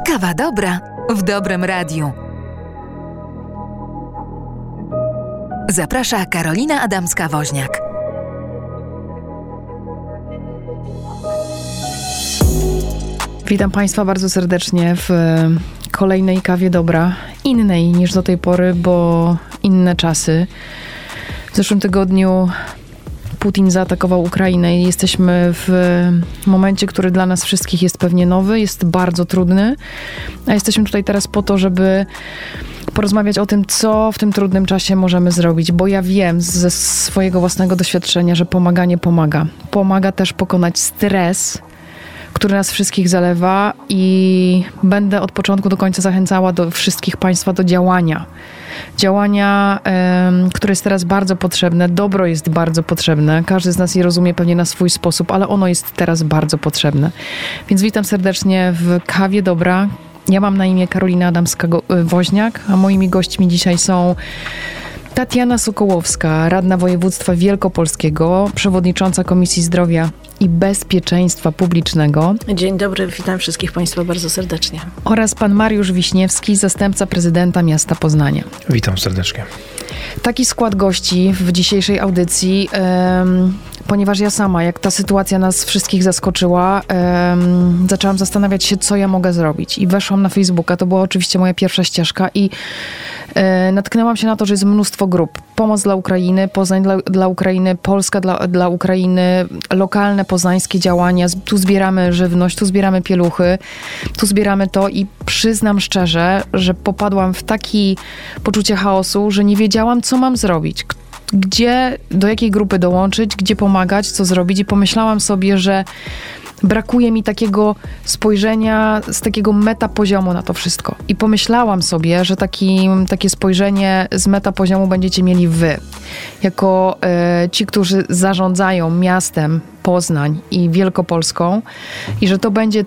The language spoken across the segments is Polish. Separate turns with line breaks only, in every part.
Kawa dobra w dobrym radiu. Zaprasza Karolina Adamska-Woźniak.
Witam Państwa bardzo serdecznie w kolejnej Kawie Dobra. Innej niż do tej pory, bo inne czasy. W zeszłym tygodniu Putin zaatakował Ukrainę i jesteśmy w momencie, który dla nas wszystkich jest pewnie nowy, jest bardzo trudny. A jesteśmy tutaj teraz po to, żeby porozmawiać o tym, co w tym trudnym czasie możemy zrobić, bo ja wiem ze swojego własnego doświadczenia, że pomaganie pomaga. Pomaga też pokonać stres, który nas wszystkich zalewa, i będę od początku do końca zachęcała do wszystkich Państwa do działania. Działania, które jest teraz bardzo potrzebne. Dobro jest bardzo potrzebne. Każdy z nas je rozumie pewnie na swój sposób, ale ono jest teraz bardzo potrzebne. Więc witam serdecznie w Kawie Dobra. Ja mam na imię Karolina Adamska-Woźniak, a moimi gośćmi dzisiaj są Tatiana Sokołowska, radna województwa wielkopolskiego, przewodnicząca Komisji Zdrowia i Bezpieczeństwa Publicznego.
Dzień dobry, witam wszystkich Państwa bardzo serdecznie.
Oraz pan Mariusz Wiśniewski, zastępca prezydenta miasta Poznania.
Witam serdecznie.
Taki skład gości w dzisiejszej audycji, ponieważ ja sama, jak ta sytuacja nas wszystkich zaskoczyła, zaczęłam zastanawiać się, co ja mogę zrobić. I weszłam na Facebooka, to była oczywiście moja pierwsza ścieżka, i natknęłam się na to, że jest mnóstwo grup. Pomoc dla Ukrainy, Poznań dla Ukrainy, Polska dla Ukrainy, lokalne poznańskie działania. Tu zbieramy żywność, tu zbieramy pieluchy, tu zbieramy to, i przyznam szczerze, że popadłam w takie poczucie chaosu, że nie wiedziałam, co mam zrobić. Gdzie, do jakiej grupy dołączyć, gdzie pomagać, co zrobić, i pomyślałam sobie, że brakuje mi takiego spojrzenia z takiego metapoziomu na to wszystko. I pomyślałam sobie, że takie spojrzenie z metapoziomu będziecie mieli wy. Jako ci, którzy zarządzają miastem Poznań i Wielkopolską, i że to będzie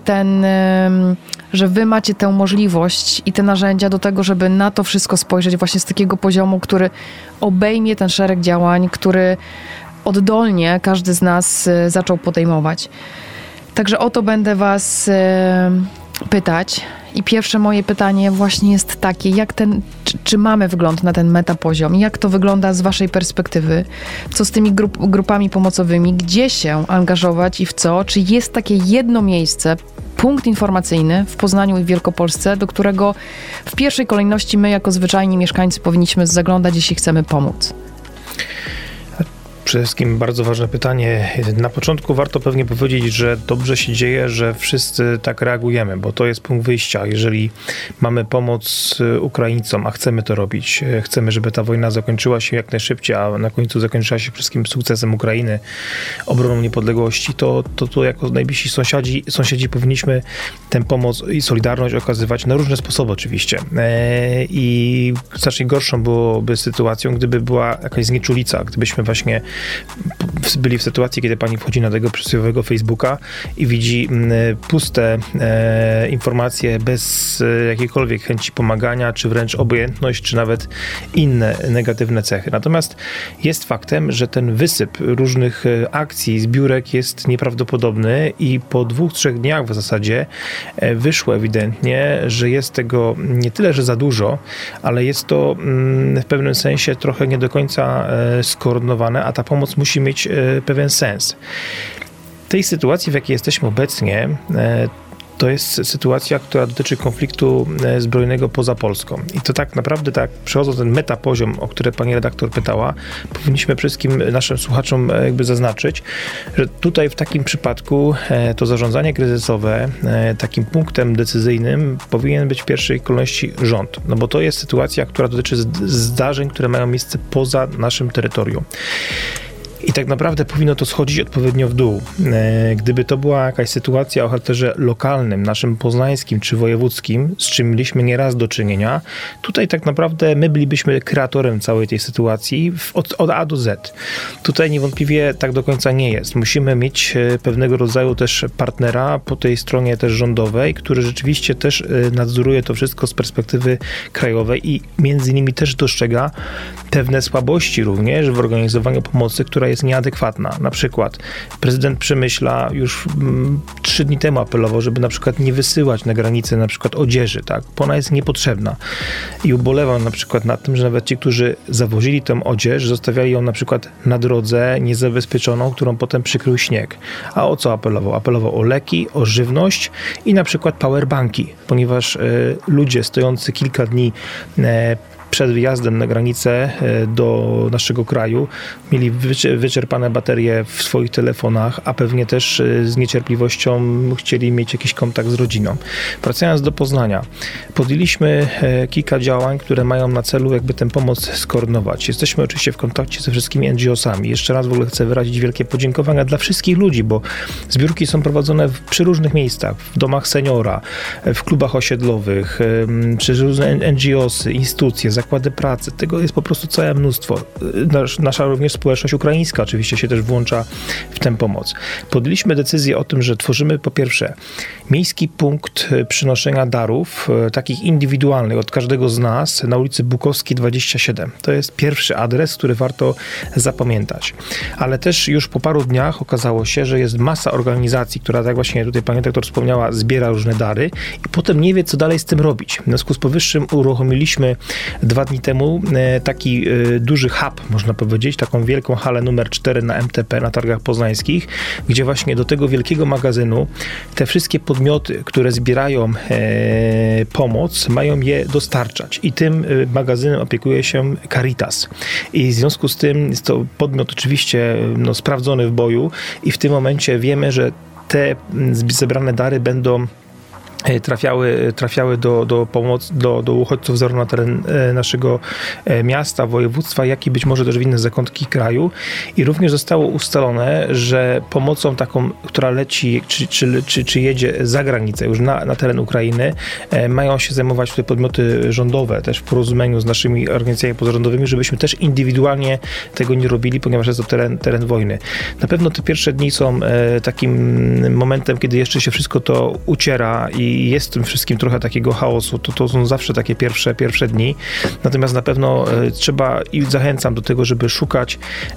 że wy macie tę możliwość i te narzędzia do tego, żeby na to wszystko spojrzeć właśnie z takiego poziomu, który obejmie ten szereg działań, który oddolnie każdy z nas zaczął podejmować. Także o to będę was pytać. I pierwsze moje pytanie właśnie jest takie, czy mamy wgląd na ten metapoziom? Jak to wygląda z waszej perspektywy? Co z tymi grupami pomocowymi? Gdzie się angażować i w co? Czy jest takie jedno miejsce, punkt informacyjny w Poznaniu i w Wielkopolsce, do którego w pierwszej kolejności my jako zwyczajni mieszkańcy powinniśmy zaglądać, jeśli chcemy pomóc?
Przede wszystkim bardzo ważne pytanie. Na początku warto pewnie powiedzieć, że dobrze się dzieje, że wszyscy tak reagujemy, bo to jest punkt wyjścia. Jeżeli mamy pomoc Ukraińcom, a chcemy to robić, chcemy, żeby ta wojna zakończyła się jak najszybciej, a na końcu zakończyła się wszystkim sukcesem Ukrainy, obroną niepodległości, to jako najbliżsi sąsiedzi powinniśmy tę pomoc i solidarność okazywać na różne sposoby oczywiście. I znacznie gorszą byłoby sytuacją, gdyby była jakaś znieczulica, gdybyśmy właśnie byli w sytuacji, kiedy pani wchodzi na tego przysłowiowego Facebooka i widzi puste informacje bez jakiejkolwiek chęci pomagania, czy wręcz obojętność, czy nawet inne negatywne cechy. Natomiast jest faktem, że ten wysyp różnych akcji, zbiórek jest nieprawdopodobny, i po 2-3 dniach w zasadzie wyszło ewidentnie, że jest tego nie tyle, że za dużo, ale jest to w pewnym sensie trochę nie do końca skoordynowane, a ta pomoc musi mieć pewien sens. W tej sytuacji, w jakiej jesteśmy obecnie, to jest sytuacja, która dotyczy konfliktu zbrojnego poza Polską. I to tak naprawdę, tak przechodząc ten metapoziom, o który pani redaktor pytała, powinniśmy wszystkim naszym słuchaczom jakby zaznaczyć, że tutaj w takim przypadku to zarządzanie kryzysowe, takim punktem decyzyjnym powinien być w pierwszej kolejności rząd. No bo to jest sytuacja, która dotyczy zdarzeń, które mają miejsce poza naszym terytorium. I tak naprawdę powinno to schodzić odpowiednio w dół. Gdyby to była jakaś sytuacja o charakterze lokalnym, naszym poznańskim czy wojewódzkim, z czym mieliśmy nieraz do czynienia, tutaj tak naprawdę my bylibyśmy kreatorem całej tej sytuacji od A do Z. Tutaj niewątpliwie tak do końca nie jest. Musimy mieć pewnego rodzaju też partnera po tej stronie też rządowej, który rzeczywiście też nadzoruje to wszystko z perspektywy krajowej i między innymi też dostrzega pewne słabości również w organizowaniu pomocy, która jest nieadekwatna. Na przykład prezydent Przemyśla już 3 dni temu apelował, żeby na przykład nie wysyłać na granicę na przykład odzieży, tak? Bo ona jest niepotrzebna. I ubolewał na przykład nad tym, że nawet ci, którzy zawozili tę odzież, zostawiali ją na przykład na drodze niezabezpieczoną, którą potem przykrył śnieg. A o co apelował? Apelował o leki, o żywność i na przykład powerbanki, ponieważ ludzie stojący kilka dni przed wyjazdem na granicę do naszego kraju mieli wyczerpane baterie w swoich telefonach, a pewnie też z niecierpliwością chcieli mieć jakiś kontakt z rodziną. Wracając do Poznania, podjęliśmy kilka działań, które mają na celu jakby tę pomoc skoordynować. Jesteśmy oczywiście w kontakcie ze wszystkimi NGO-sami. Jeszcze raz w ogóle chcę wyrazić wielkie podziękowania dla wszystkich ludzi, bo zbiórki są prowadzone przy różnych miejscach, w domach seniora, w klubach osiedlowych, przez różne NGO-sy, instytucje, zakłady pracy. Tego jest po prostu całe mnóstwo. Nasza również społeczność ukraińska oczywiście się też włącza w tę pomoc. Podjęliśmy decyzję o tym, że tworzymy po pierwsze miejski punkt przynoszenia darów, takich indywidualnych od każdego z nas na ulicy Bukowskiej 27. To jest pierwszy adres, który warto zapamiętać. Ale też już po paru dniach okazało się, że jest masa organizacji, która, tak właśnie tutaj pani doktor wspomniała, zbiera różne dary i potem nie wie, co dalej z tym robić. W związku z powyższym uruchomiliśmy 2 dni temu taki duży hub, można powiedzieć, taką wielką halę numer 4 na MTP, na targach poznańskich, gdzie właśnie do tego wielkiego magazynu te wszystkie podmioty, które zbierają pomoc, mają je dostarczać. I tym magazynem opiekuje się Caritas. I w związku z tym jest to podmiot oczywiście sprawdzony w boju i w tym momencie wiemy, że te zebrane dary będą trafiały do pomocy, do uchodźców zarówno na teren naszego miasta, województwa, jak i być może też w inne zakątki kraju. I również zostało ustalone, że pomocą taką, która leci czy jedzie za granicę, już na teren Ukrainy, mają się zajmować tutaj podmioty rządowe, też w porozumieniu z naszymi organizacjami pozarządowymi, żebyśmy też indywidualnie tego nie robili, ponieważ jest to teren wojny. Na pewno te pierwsze dni są takim momentem, kiedy jeszcze się wszystko to uciera i jest w tym wszystkim trochę takiego chaosu. To są zawsze takie pierwsze dni. Natomiast na pewno trzeba i zachęcam do tego, żeby szukać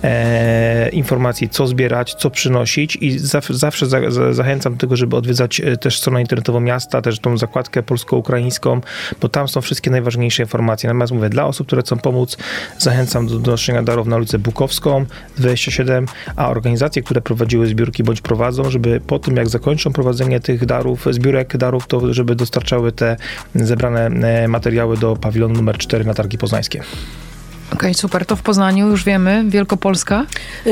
informacji, co zbierać, co przynosić i zawsze zachęcam do tego, żeby odwiedzać też stronę internetową miasta, też tą zakładkę polsko-ukraińską, bo tam są wszystkie najważniejsze informacje. Natomiast mówię, dla osób, które chcą pomóc, zachęcam do donoszenia darów na ulicę Bukowską 27, a organizacje, które prowadziły zbiórki bądź prowadzą, żeby po tym, jak zakończą prowadzenie tych zbiórek darów, to żeby dostarczały te zebrane materiały do pawilonu numer 4 na targi poznańskie.
Okej, super. To w Poznaniu już wiemy, Wielkopolska?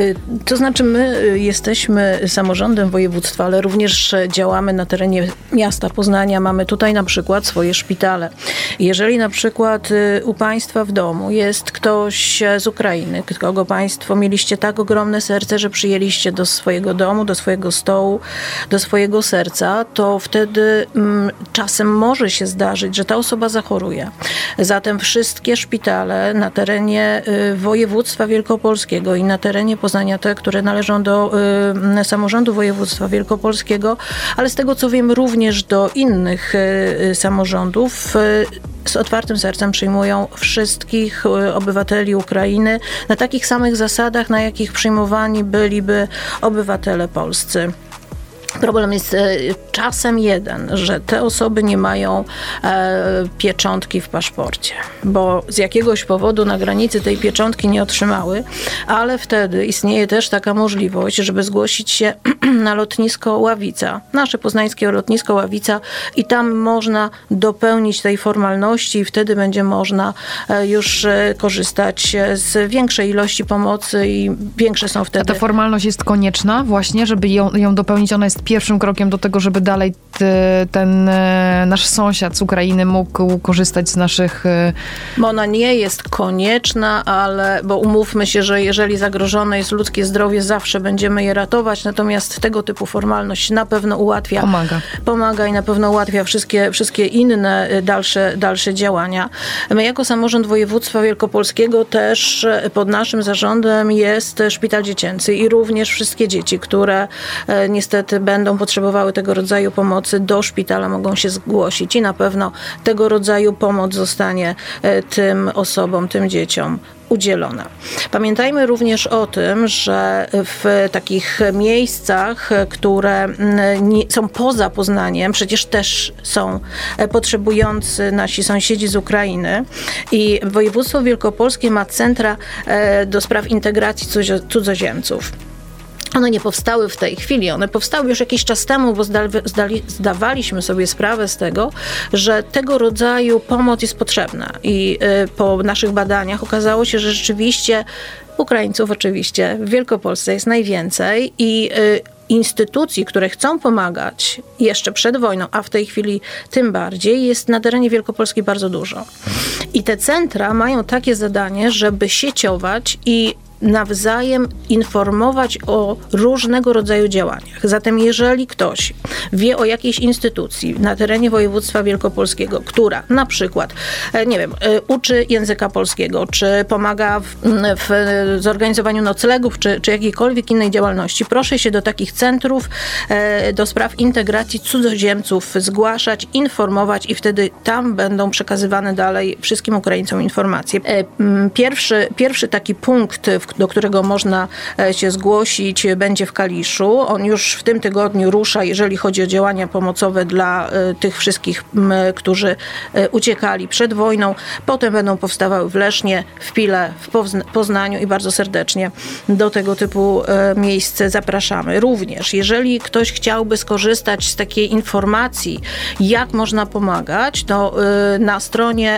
To znaczy my jesteśmy samorządem województwa, ale również działamy na terenie miasta Poznania. Mamy tutaj na przykład swoje szpitale. Jeżeli na przykład u państwa w domu jest ktoś z Ukrainy, kogo państwo mieliście tak ogromne serce, że przyjęliście do swojego domu, do swojego stołu, do swojego serca, to wtedy czasem może się zdarzyć, że ta osoba zachoruje. Zatem wszystkie szpitale na terenie województwa wielkopolskiego i na terenie Poznania, te, które należą do samorządu województwa wielkopolskiego, ale z tego co wiem również do innych samorządów, z otwartym sercem przyjmują wszystkich obywateli Ukrainy na takich samych zasadach, na jakich przyjmowani byliby obywatele polscy. Problem jest czasem jeden, że te osoby nie mają pieczątki w paszporcie, bo z jakiegoś powodu na granicy tej pieczątki nie otrzymały, ale wtedy istnieje też taka możliwość, żeby zgłosić się na lotnisko Ławica, nasze poznańskie lotnisko Ławica i tam można dopełnić tej formalności i wtedy będzie można już korzystać z większej ilości pomocy i większe są wtedy...
A ta formalność jest konieczna właśnie, żeby ją dopełnić? Ona jest pierwszym krokiem do tego, żeby dalej ten nasz sąsiad z Ukrainy mógł korzystać z naszych...
Bo ona nie jest konieczna, bo umówmy się, że jeżeli zagrożone jest ludzkie zdrowie, zawsze będziemy je ratować, natomiast tego typu formalność na pewno ułatwia. Pomaga i na pewno ułatwia wszystkie inne dalsze działania. My jako samorząd województwa wielkopolskiego też pod naszym zarządem jest szpital dziecięcy i również wszystkie dzieci, które niestety będą potrzebowały tego rodzaju pomocy, do szpitala mogą się zgłosić i na pewno tego rodzaju pomoc zostanie tym osobom, tym dzieciom udzielona. Pamiętajmy również o tym, że w takich miejscach, które są poza Poznaniem, przecież też są potrzebujący nasi sąsiedzi z Ukrainy i województwo wielkopolskie ma centra do spraw integracji cudzoziemców. One nie powstały w tej chwili, one powstały już jakiś czas temu, bo zdawaliśmy sobie sprawę z tego, że tego rodzaju pomoc jest potrzebna i po naszych badaniach okazało się, że rzeczywiście Ukraińców oczywiście w Wielkopolsce jest najwięcej i instytucji, które chcą pomagać jeszcze przed wojną, a w tej chwili tym bardziej, jest na terenie Wielkopolski bardzo dużo. I te centra mają takie zadanie, żeby sieciować i nawzajem informować o różnego rodzaju działaniach. Zatem jeżeli ktoś wie o jakiejś instytucji na terenie województwa wielkopolskiego, która na przykład, nie wiem, uczy języka polskiego, czy pomaga w zorganizowaniu noclegów, czy jakiejkolwiek innej działalności, proszę się do takich centrów do spraw integracji cudzoziemców zgłaszać, informować i wtedy tam będą przekazywane dalej wszystkim Ukraińcom informacje. Pierwszy taki punkt, do którego można się zgłosić, będzie w Kaliszu. On już w tym tygodniu rusza, jeżeli chodzi o działania pomocowe dla tych wszystkich, którzy uciekali przed wojną. Potem będą powstawały w Lesznie, w Pile, w Poznaniu i bardzo serdecznie do tego typu miejsc zapraszamy. Również, jeżeli ktoś chciałby skorzystać z takiej informacji, jak można pomagać, to na stronie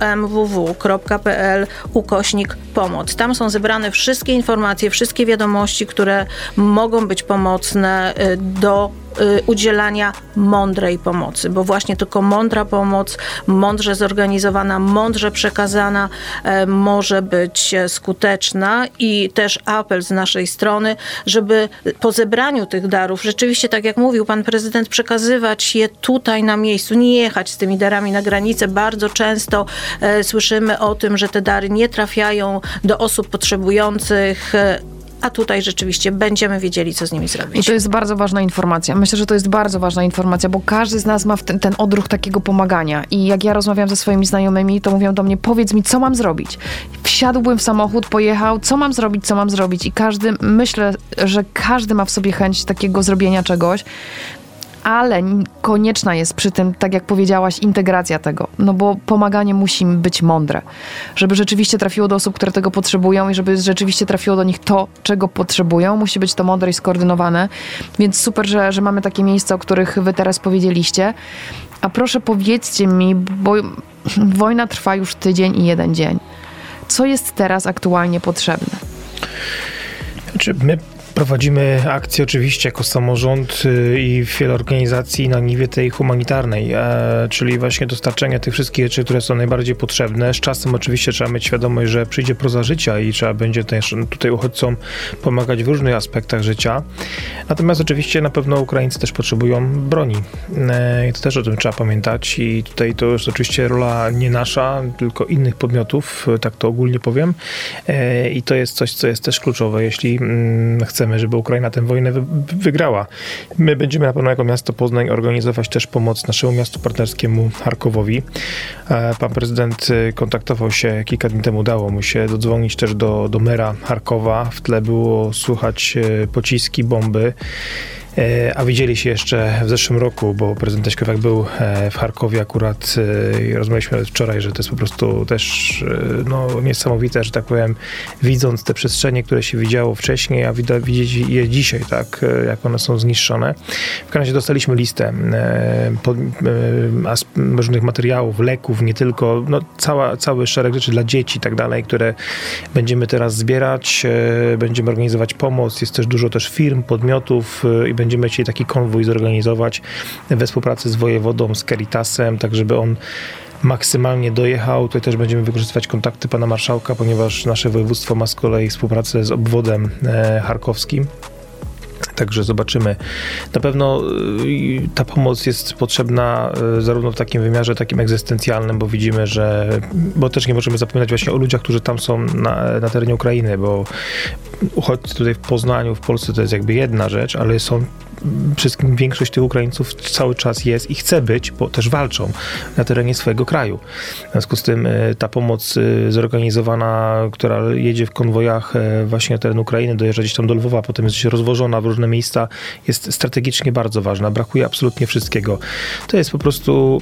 umww.pl/pomoc. Tam są zebrane wszystkie informacje, wszystkie wiadomości, które mogą być pomocne do udzielania mądrej pomocy, bo właśnie tylko mądra pomoc, mądrze zorganizowana, mądrze przekazana może być skuteczna i też apel z naszej strony, żeby po zebraniu tych darów, rzeczywiście tak jak mówił pan prezydent, przekazywać je tutaj na miejscu, nie jechać z tymi darami na granicę. Bardzo często słyszymy o tym, że te dary nie trafiają do osób potrzebujących, a tutaj rzeczywiście będziemy wiedzieli, co z nimi zrobić.
I to jest bardzo ważna informacja. Myślę, że to jest bardzo ważna informacja, bo każdy z nas ma ten odruch takiego pomagania. I jak ja rozmawiam ze swoimi znajomymi, to mówią do mnie, powiedz mi, co mam zrobić. Wsiadłbym w samochód, pojechał, co mam zrobić. I myślę, że każdy ma w sobie chęć takiego zrobienia czegoś. Ale konieczna jest przy tym, tak jak powiedziałaś, integracja tego. No bo pomaganie musi być mądre. Żeby rzeczywiście trafiło do osób, które tego potrzebują i żeby rzeczywiście trafiło do nich to, czego potrzebują. Musi być to mądre i skoordynowane. Więc super, że mamy takie miejsca, o których wy teraz powiedzieliście. A proszę powiedzcie mi, bo wojna trwa już tydzień i 1 dzień. Co jest teraz aktualnie potrzebne?
Znaczy, my prowadzimy akcję oczywiście jako samorząd i wiele organizacji na niwie tej humanitarnej, czyli właśnie dostarczenie tych wszystkich rzeczy, które są najbardziej potrzebne. Z czasem oczywiście trzeba mieć świadomość, że przyjdzie proza życia i trzeba będzie też tutaj uchodźcom pomagać w różnych aspektach życia. Natomiast oczywiście na pewno Ukraińcy też potrzebują broni. I to też o tym trzeba pamiętać i tutaj to jest oczywiście rola nie nasza, tylko innych podmiotów, tak to ogólnie powiem. I to jest coś, co jest też kluczowe, jeśli chcemy, żeby Ukraina tę wojnę wygrała. My będziemy na pewno jako miasto Poznań organizować też pomoc naszemu miastu partnerskiemu Charkowowi. Pan prezydent kontaktował się kilka dni temu, udało mu się dodzwonić też do mera Charkowa. W tle było słychać pociski, bomby. A widzieli się jeszcze w zeszłym roku, bo prezydent Teśkowiak był w Charkowie akurat i rozmawialiśmy wczoraj, że to jest po prostu też niesamowite, że tak powiem, widząc te przestrzenie, które się widziało wcześniej, a widzieć je dzisiaj, tak, jak one są zniszczone. W każdym razie dostaliśmy listę różnych materiałów, leków, nie tylko, cały szereg rzeczy dla dzieci i tak dalej, które będziemy teraz zbierać, będziemy organizować pomoc, jest też dużo firm, podmiotów i będziemy chcieli taki konwój zorganizować we współpracy z wojewodą, z Caritasem, tak żeby on maksymalnie dojechał. Tutaj też będziemy wykorzystywać kontakty pana marszałka, ponieważ nasze województwo ma z kolei współpracę z obwodem charkowskim. Także zobaczymy. Na pewno ta pomoc jest potrzebna zarówno w takim wymiarze, takim egzystencjalnym, bo widzimy, bo też nie możemy zapominać właśnie o ludziach, którzy tam są na terenie Ukrainy, bo uchodźcy tutaj w Poznaniu, w Polsce to jest jakby jedna rzecz, ale są wszystkim większość tych Ukraińców cały czas jest i chce być, bo też walczą na terenie swojego kraju. W związku z tym ta pomoc zorganizowana, która jedzie w konwojach właśnie na teren Ukrainy, dojeżdża gdzieś tam do Lwowa, potem jest rozwożona w różne miejsca, jest strategicznie bardzo ważna. Brakuje absolutnie wszystkiego. To jest po prostu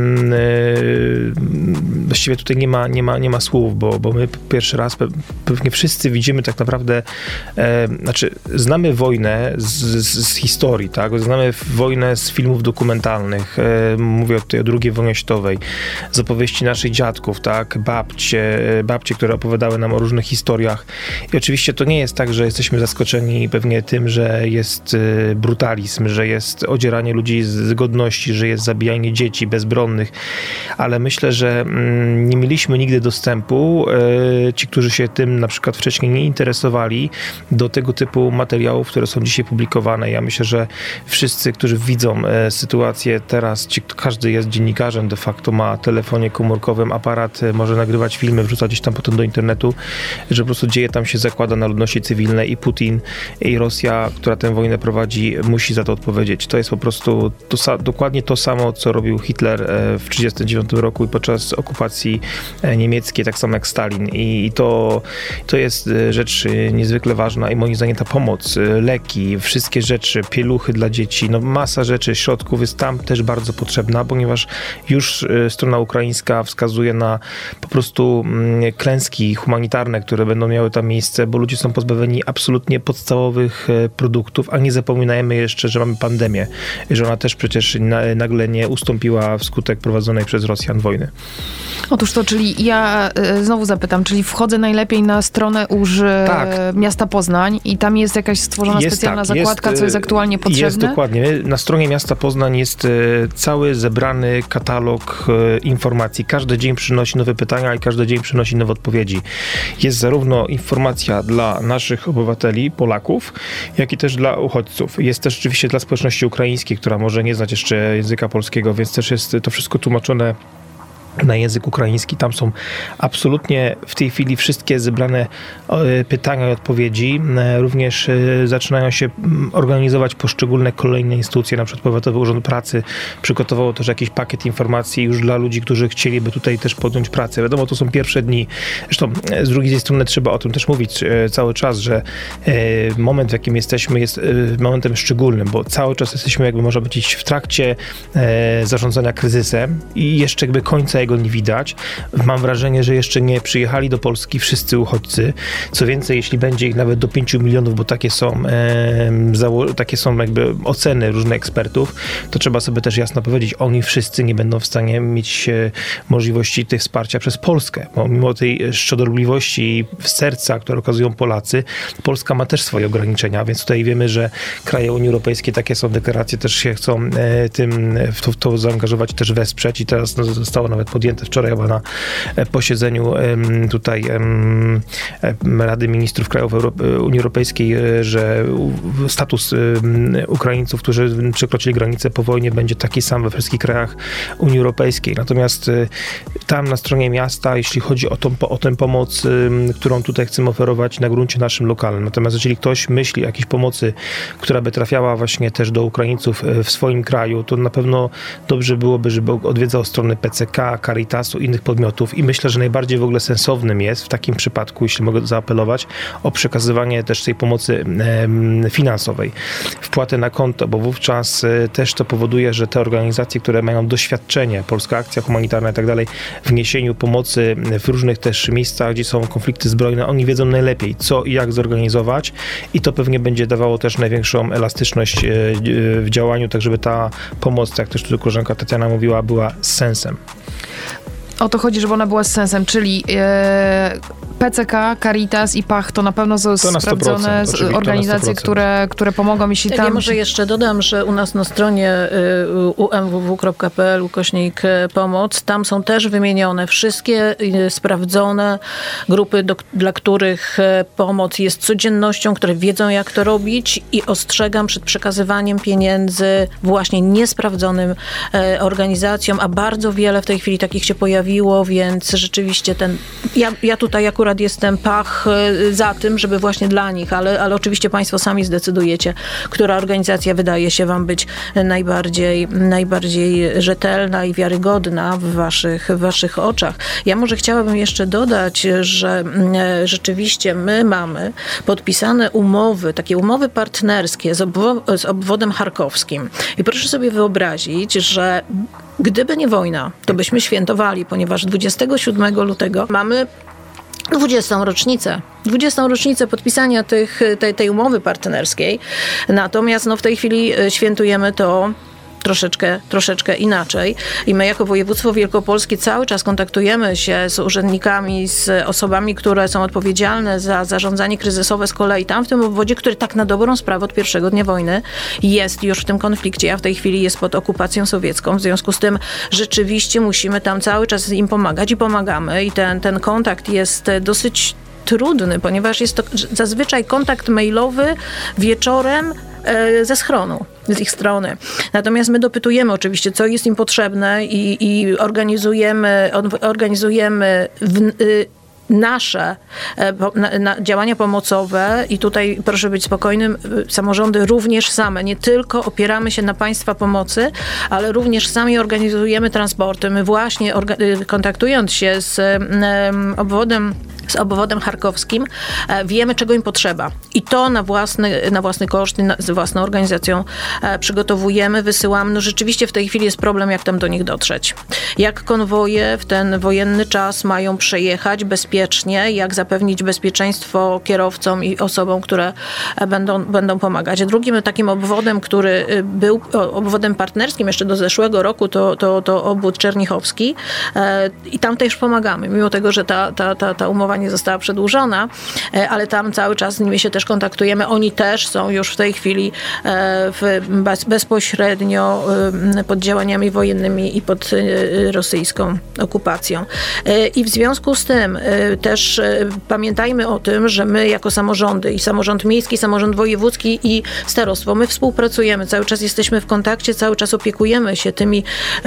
właściwie tutaj nie ma słów, bo my pierwszy raz pewnie wszyscy widzimy tak naprawdę, znamy wojnę z historii, tak? Znamy wojnę z filmów dokumentalnych. Mówię tutaj o II wojnie światowej, z opowieści naszych dziadków, tak? Babcie, które opowiadały nam o różnych historiach. I oczywiście to nie jest tak, że jesteśmy zaskoczeni pewnie tym, że jest brutalizm, że jest odzieranie ludzi z godności, że jest zabijanie dzieci bezbronnych, ale myślę, że nie mieliśmy nigdy dostępu, ci, którzy się tym na przykład wcześniej nie interesowali, do tego typu materiałów, które są dzisiaj publikowane. Ja myślę, że wszyscy, którzy widzą sytuację teraz, każdy jest dziennikarzem, de facto ma w telefonie komórkowym aparat, może nagrywać filmy, wrzucać gdzieś tam potem do internetu, że po prostu dzieje tam się zakłada na ludności cywilnej i Putin i Rosja, która tę wojnę prowadzi, musi za to odpowiedzieć. To jest po prostu dokładnie to samo, co robił Hitler w 1939 roku i podczas okupacji niemieckiej, tak samo jak Stalin. I to jest rzecz niezwykle ważna i moim zdaniem ta pomoc, leki, wszystkie rzeczy, pieluchy dla dzieci, masa rzeczy, środków jest tam też bardzo potrzebna, ponieważ już strona ukraińska wskazuje na po prostu klęski humanitarne, które będą miały tam miejsce, bo ludzie są pozbawieni absolutnie podstawowych produktów, a nie zapominajmy jeszcze, że mamy pandemię, że ona też przecież nagle nie ustąpiła wskutek prowadzonej przez Rosjan wojny.
Otóż to, czyli ja znowu zapytam, czyli wchodzę najlepiej na stronę miasta Poznań i tam jest jakaś stworzona specjalna zakładka, co jest aktualnie potrzebne?
Jest dokładnie. Na stronie miasta Poznań jest cały zebrany katalog informacji. Każdy dzień przynosi nowe pytania i każdy dzień przynosi nowe odpowiedzi. Jest zarówno informacja dla naszych obywateli, Polaków, jak i też dla uchodźców. Jest też oczywiście dla społeczności ukraińskiej, która może nie znać jeszcze języka polskiego, więc też jest to wszystko tłumaczone na język ukraiński. Tam są absolutnie w tej chwili wszystkie zebrane pytania i odpowiedzi. Również zaczynają się organizować poszczególne kolejne instytucje, na przykład Powiatowy Urząd Pracy przygotowało też jakiś pakiet informacji już dla ludzi, którzy chcieliby tutaj też podjąć pracę. Wiadomo, to są pierwsze dni. Zresztą z drugiej strony trzeba o tym też mówić cały czas, że moment, w jakim jesteśmy, jest momentem szczególnym, bo cały czas jesteśmy, jakby można powiedzieć, w trakcie zarządzania kryzysem i jeszcze jakby końca jego nie widać. Mam wrażenie, że jeszcze nie przyjechali do Polski wszyscy uchodźcy. Co więcej, jeśli będzie ich nawet do 5 milionów, bo takie są jakby oceny różnych ekspertów, to trzeba sobie też jasno powiedzieć, oni wszyscy nie będą w stanie mieć możliwości tych wsparcia przez Polskę. Bo mimo tej szczodrobliwości i serca, które okazują Polacy, Polska ma też swoje ograniczenia, więc tutaj wiemy, że kraje Unii Europejskiej, takie są deklaracje, też się chcą w to zaangażować, też wesprzeć i teraz zostało nawet podjęte wczoraj chyba na posiedzeniu tutaj Rady Ministrów Krajów Unii Europejskiej, że status Ukraińców, którzy przekroczyli granicę po wojnie, będzie taki sam we wszystkich krajach Unii Europejskiej. Natomiast tam na stronie miasta, jeśli chodzi o tę pomoc, którą tutaj chcemy oferować na gruncie naszym lokalnym. Natomiast jeżeli ktoś myśli o jakiejś pomocy, która by trafiała właśnie też do Ukraińców w swoim kraju, to na pewno dobrze byłoby, żeby odwiedzał strony PCK, Caritasu, innych podmiotów i myślę, że najbardziej w ogóle sensownym jest w takim przypadku, jeśli mogę zaapelować, o przekazywanie też tej pomocy finansowej. Wpłaty na konto, bo wówczas też to powoduje, że te organizacje, które mają doświadczenie, Polska Akcja Humanitarna i tak dalej, w niesieniu pomocy w różnych też miejscach, gdzie są konflikty zbrojne, oni wiedzą najlepiej, co i jak zorganizować i to pewnie będzie dawało też największą elastyczność w działaniu, tak żeby ta pomoc, jak też tu koleżanka Tatiana mówiła, była z sensem.
O to chodzi, żeby ona była z sensem, czyli PCK, Caritas i PACH to na pewno są sprawdzone organizacje, które pomogą, jeśli tam...
Ja może jeszcze dodam, że u nas na stronie umww.pl/pomoc, tam są też wymienione wszystkie sprawdzone grupy, dla których pomoc jest codziennością, które wiedzą, jak to robić i ostrzegam przed przekazywaniem pieniędzy właśnie niesprawdzonym organizacjom, a bardzo wiele w tej chwili takich się pojawiło pojawiło, więc rzeczywiście ja tutaj akurat jestem za tym, żeby właśnie dla nich, ale oczywiście państwo sami zdecydujecie, która organizacja wydaje się wam być najbardziej rzetelna i wiarygodna w waszych oczach. Ja może chciałabym jeszcze dodać, że rzeczywiście my mamy podpisane umowy, takie umowy partnerskie z obwodem charkowskim. I proszę sobie wyobrazić, że gdyby nie wojna, to byśmy świętowali, ponieważ 27 lutego mamy 20. rocznicę podpisania tej umowy partnerskiej. Natomiast w tej chwili świętujemy to troszeczkę inaczej. I my jako województwo wielkopolskie cały czas kontaktujemy się z urzędnikami, z osobami, które są odpowiedzialne za zarządzanie kryzysowe z kolei tam w tym obwodzie, który tak na dobrą sprawę od pierwszego dnia wojny jest już w tym konflikcie, a w tej chwili jest pod okupacją sowiecką. W związku z tym rzeczywiście musimy tam cały czas im pomagać i pomagamy. I ten kontakt jest dosyć trudny, ponieważ jest to zazwyczaj kontakt mailowy wieczorem ze schronu, z ich strony. Natomiast my dopytujemy oczywiście, co jest im potrzebne i organizujemy nasze działania pomocowe i tutaj proszę być spokojnym, samorządy również same, nie tylko opieramy się na państwa pomocy, ale również sami organizujemy transporty. My właśnie kontaktując się z obwodem charkowskim, wiemy, czego im potrzeba. I to na własny koszt, z własną organizacją przygotowujemy, wysyłamy. Rzeczywiście w tej chwili jest problem, jak tam do nich dotrzeć. Jak konwoje w ten wojenny czas mają przejechać bezpiecznie, jak zapewnić bezpieczeństwo kierowcom i osobom, które będą pomagać. Drugim takim obwodem, który był obwodem partnerskim jeszcze do zeszłego roku, to obwód czernichowski. I tam też pomagamy, mimo tego, że ta umowa nie została przedłużona, ale tam cały czas z nimi się też kontaktujemy. Oni też są już w tej chwili bezpośrednio pod działaniami wojennymi i pod rosyjską okupacją. I w związku z tym też pamiętajmy o tym, że my jako samorządy i samorząd miejski, samorząd wojewódzki i starostwo, my współpracujemy, cały czas jesteśmy w kontakcie, cały czas opiekujemy się tymi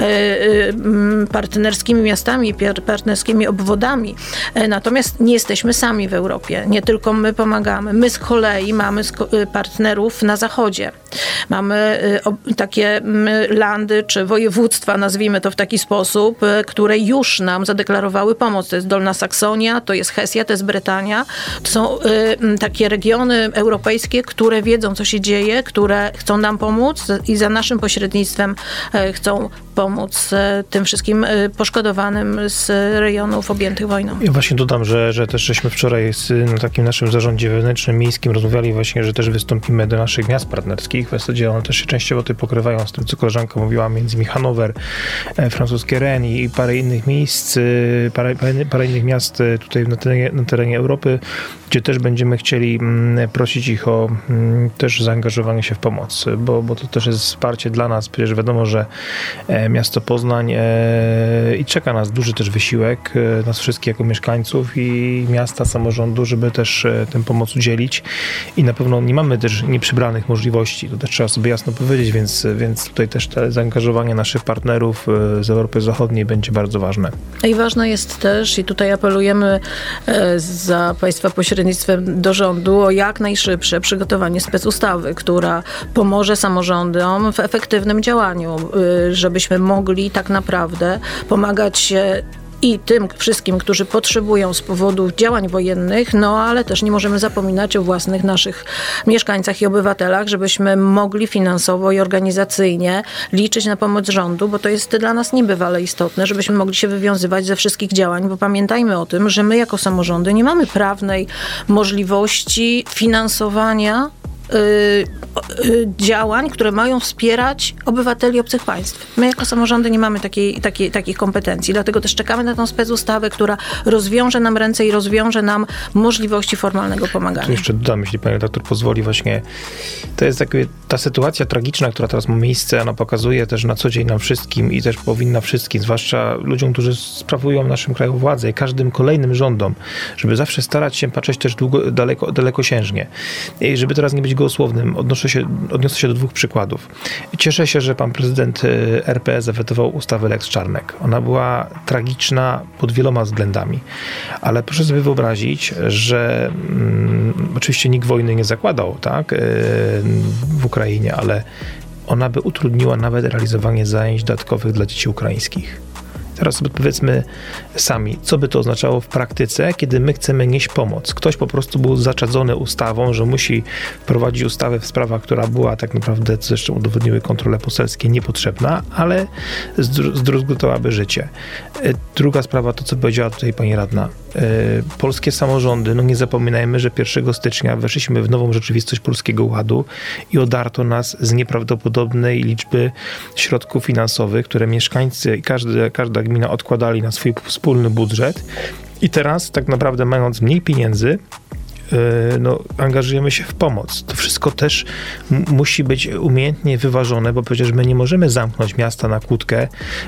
partnerskimi miastami, partnerskimi obwodami. Natomiast nie jesteśmy sami w Europie. Nie tylko my pomagamy. My z kolei mamy partnerów na zachodzie. Mamy takie landy czy województwa, nazwijmy to w taki sposób, które już nam zadeklarowały pomoc. To jest Dolna Saksonia, to jest Hesja, to jest Brytania. To są takie regiony europejskie, które wiedzą, co się dzieje, które chcą nam pomóc i za naszym pośrednictwem chcą pomóc tym wszystkim poszkodowanym z rejonów objętych wojną.
Ja właśnie dodam, że też żeśmy wczoraj na takim naszym zarządzie wewnętrznym miejskim rozmawiali właśnie, że też wystąpimy do naszych miast partnerskich. W zasadzie one też się częściowo tutaj pokrywają z tym, co koleżanka mówiła, między innymi Hanower, francuskie Rennes i parę innych miejsc, parę innych miast tutaj na terenie Europy, gdzie też będziemy chcieli prosić ich o też zaangażowanie się w pomoc, bo to też jest wsparcie dla nas. Przecież wiadomo, że miasto Poznań i czeka nas duży też wysiłek, nas wszystkich jako mieszkańców i miasta, samorządu, żeby też tę pomoc udzielić i na pewno nie mamy też nieprzybranych możliwości, to też trzeba sobie jasno powiedzieć, więc tutaj też to zaangażowanie naszych partnerów z Europy Zachodniej będzie bardzo ważne.
I ważne jest też, i tutaj apelujemy za państwa pośrednictwem do rządu o jak najszybsze przygotowanie specustawy, która pomoże samorządom w efektywnym działaniu, żebyśmy mogli tak naprawdę pomagać i tym wszystkim, którzy potrzebują z powodu działań wojennych, ale też nie możemy zapominać o własnych naszych mieszkańcach i obywatelach, żebyśmy mogli finansowo i organizacyjnie liczyć na pomoc rządu, bo to jest dla nas niebywale istotne, żebyśmy mogli się wywiązywać ze wszystkich działań, bo pamiętajmy o tym, że my jako samorządy nie mamy prawnej możliwości finansowania działań, które mają wspierać obywateli obcych państw. My jako samorządy nie mamy takich kompetencji, dlatego też czekamy na tą specustawę, która rozwiąże nam ręce i rozwiąże nam możliwości formalnego pomagania.
Tu jeszcze dodam, jeśli pani redaktor pozwoli, właśnie to jest ta sytuacja tragiczna, która teraz ma miejsce, ona pokazuje też na co dzień nam wszystkim i też powinna wszystkim, zwłaszcza ludziom, którzy sprawują w naszym kraju władzę i każdym kolejnym rządom, żeby zawsze starać się patrzeć też dalekosiężnie. I żeby teraz nie być gołosłownym. Odniosę się do 2 przykładów. Cieszę się, że pan prezydent RP zawetował ustawę Lex Czarnek. Ona była tragiczna pod wieloma względami, ale proszę sobie wyobrazić, że oczywiście nikt wojny nie zakładał, tak, w Ukrainie, ale ona by utrudniła nawet realizowanie zajęć dodatkowych dla dzieci ukraińskich. Teraz sobie powiedzmy sami, co by to oznaczało w praktyce, kiedy my chcemy nieść pomoc. Ktoś po prostu był zaczadzony ustawą, że musi wprowadzić ustawę w sprawach, która była tak naprawdę, co zresztą udowodniły kontrole poselskie, niepotrzebna, ale zdruzgotałaby życie. Druga sprawa, to co powiedziała tutaj pani radna. Polskie samorządy, nie zapominajmy, że 1 stycznia weszliśmy w nową rzeczywistość Polskiego Ładu i odarto nas z nieprawdopodobnej liczby środków finansowych, które mieszkańcy i każda gmina odkładali na swój wspólny budżet. I teraz tak naprawdę mając mniej pieniędzy, angażujemy się w pomoc. To wszystko też musi być umiejętnie wyważone, bo przecież my nie możemy zamknąć miasta na kłódkę.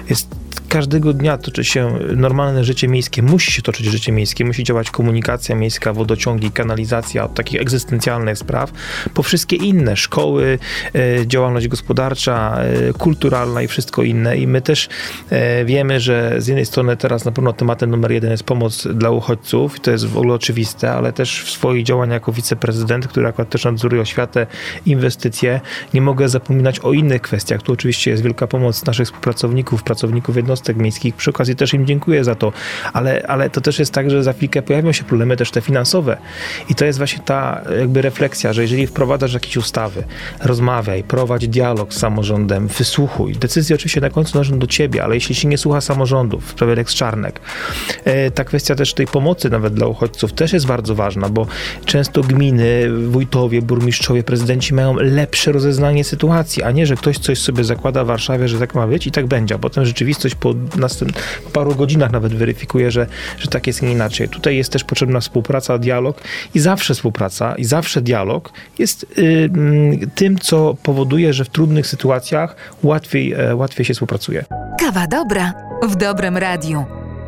Każdego dnia toczy się normalne życie miejskie, musi się toczyć życie miejskie, musi działać komunikacja miejska, wodociągi, kanalizacja, od takich egzystencjalnych spraw, po wszystkie inne, szkoły, działalność gospodarcza, kulturalna i wszystko inne. I my też wiemy, że z jednej strony teraz na pewno tematem numer 1 jest pomoc dla uchodźców, to jest w ogóle oczywiste, ale też w swoich działaniach jako wiceprezydent, który akurat też nadzoruje oświatę, inwestycje, nie mogę zapominać o innych kwestiach. Tu oczywiście jest wielka pomoc naszych współpracowników, pracowników jednostek miejskich. Przy okazji też im dziękuję za to, ale to też jest tak, że za chwilkę pojawią się problemy też te finansowe. I to jest właśnie ta jakby refleksja, że jeżeli wprowadzasz jakieś ustawy, rozmawiaj, prowadź dialog z samorządem, wysłuchuj. Decyzje oczywiście na końcu należą do ciebie, ale jeśli się nie słucha samorządów w sprawie Lex Czarnek, ta kwestia też tej pomocy nawet dla uchodźców też jest bardzo ważna, bo często gminy, wójtowie, burmistrzowie, prezydenci mają lepsze rozeznanie sytuacji, a nie, że ktoś coś sobie zakłada w Warszawie, że tak ma być i tak będzie, a potem rzeczywistość po paru godzinach nawet weryfikuje, że tak jest, nie inaczej. Tutaj jest też potrzebna współpraca, dialog i zawsze współpraca i zawsze dialog jest tym, co powoduje, że w trudnych sytuacjach łatwiej się współpracuje.
Kawa dobra w dobrym radiu.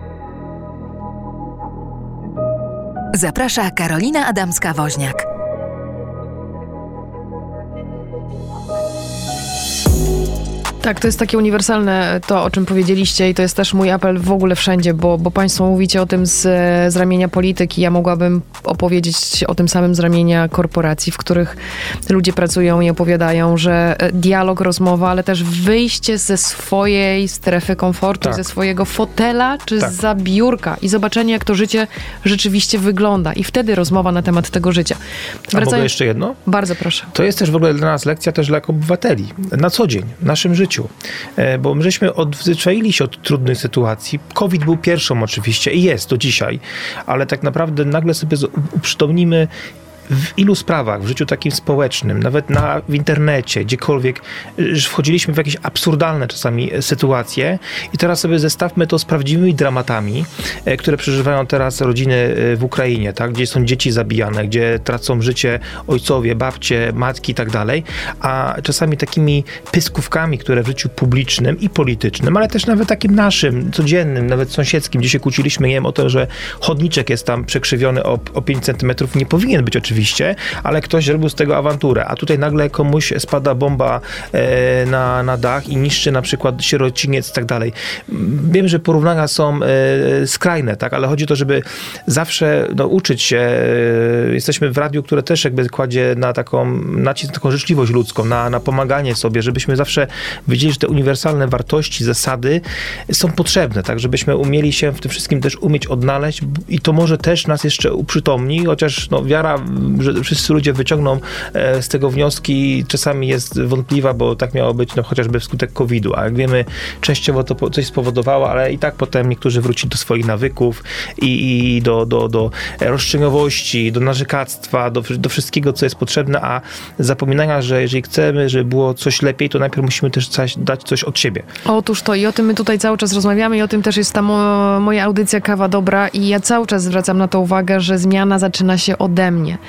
Zaprasza Karolina Adamska-Woźniak.
Tak, to jest takie uniwersalne to, o czym powiedzieliście i to jest też mój apel w ogóle wszędzie, bo państwo mówicie o tym z ramienia polityki. Ja mogłabym opowiedzieć o tym samym z ramienia korporacji, w których ludzie pracują i opowiadają, że dialog, rozmowa, ale też wyjście ze swojej strefy komfortu, tak, ze swojego fotela czy tak, zza biurka i zobaczenie, jak to życie rzeczywiście wygląda. I wtedy rozmowa na temat tego życia.
A mogę jeszcze jedno?
Bardzo proszę.
To jest też w ogóle dla nas lekcja też dla obywateli. Na co dzień, w naszym życiu. Bo my żeśmy odzwyczaili się od trudnych sytuacji. COVID był pierwszą oczywiście i jest do dzisiaj, ale tak naprawdę nagle sobie uprzytomnimy, w ilu sprawach w życiu takim społecznym, nawet w internecie, gdziekolwiek, że wchodziliśmy w jakieś absurdalne czasami sytuacje i teraz sobie zestawmy to z prawdziwymi dramatami, które przeżywają teraz rodziny w Ukrainie, tak? Gdzie są dzieci zabijane, gdzie tracą życie ojcowie, babcie, matki i tak dalej, a czasami takimi pyskówkami, które w życiu publicznym i politycznym, ale też nawet takim naszym, codziennym, nawet sąsiedzkim, gdzie się kłóciliśmy, nie wiem, o to, że chodniczek jest tam przekrzywiony o 5 centymetrów, nie powinien być oczywiście, ale ktoś zrobił z tego awanturę, a tutaj nagle komuś spada bomba na dach i niszczy na przykład sierociniec i tak dalej. Wiem, że porównania są skrajne, tak, ale chodzi o to, żeby zawsze uczyć się. Jesteśmy w radiu, które też jakby kładzie na nacisk na taką życzliwość ludzką, na pomaganie sobie, żebyśmy zawsze wiedzieli, że te uniwersalne wartości, zasady są potrzebne, tak, żebyśmy umieli się w tym wszystkim też umieć odnaleźć i to może też nas jeszcze uprzytomni, chociaż wiara, że wszyscy ludzie wyciągną z tego wnioski, czasami jest wątpliwa, bo tak miało być chociażby wskutek COVID-u, a jak wiemy, częściowo to coś spowodowało, ale i tak potem niektórzy wrócili do swoich nawyków i do roszczeniowości, do narzekactwa, do wszystkiego, co jest potrzebne, a zapominania, że jeżeli chcemy, żeby było coś lepiej, to najpierw musimy też dać coś od siebie.
Otóż to i o tym my tutaj cały czas rozmawiamy i o tym też jest ta moja audycja Kawa Dobra i ja cały czas zwracam na to uwagę, że zmiana zaczyna się ode mnie.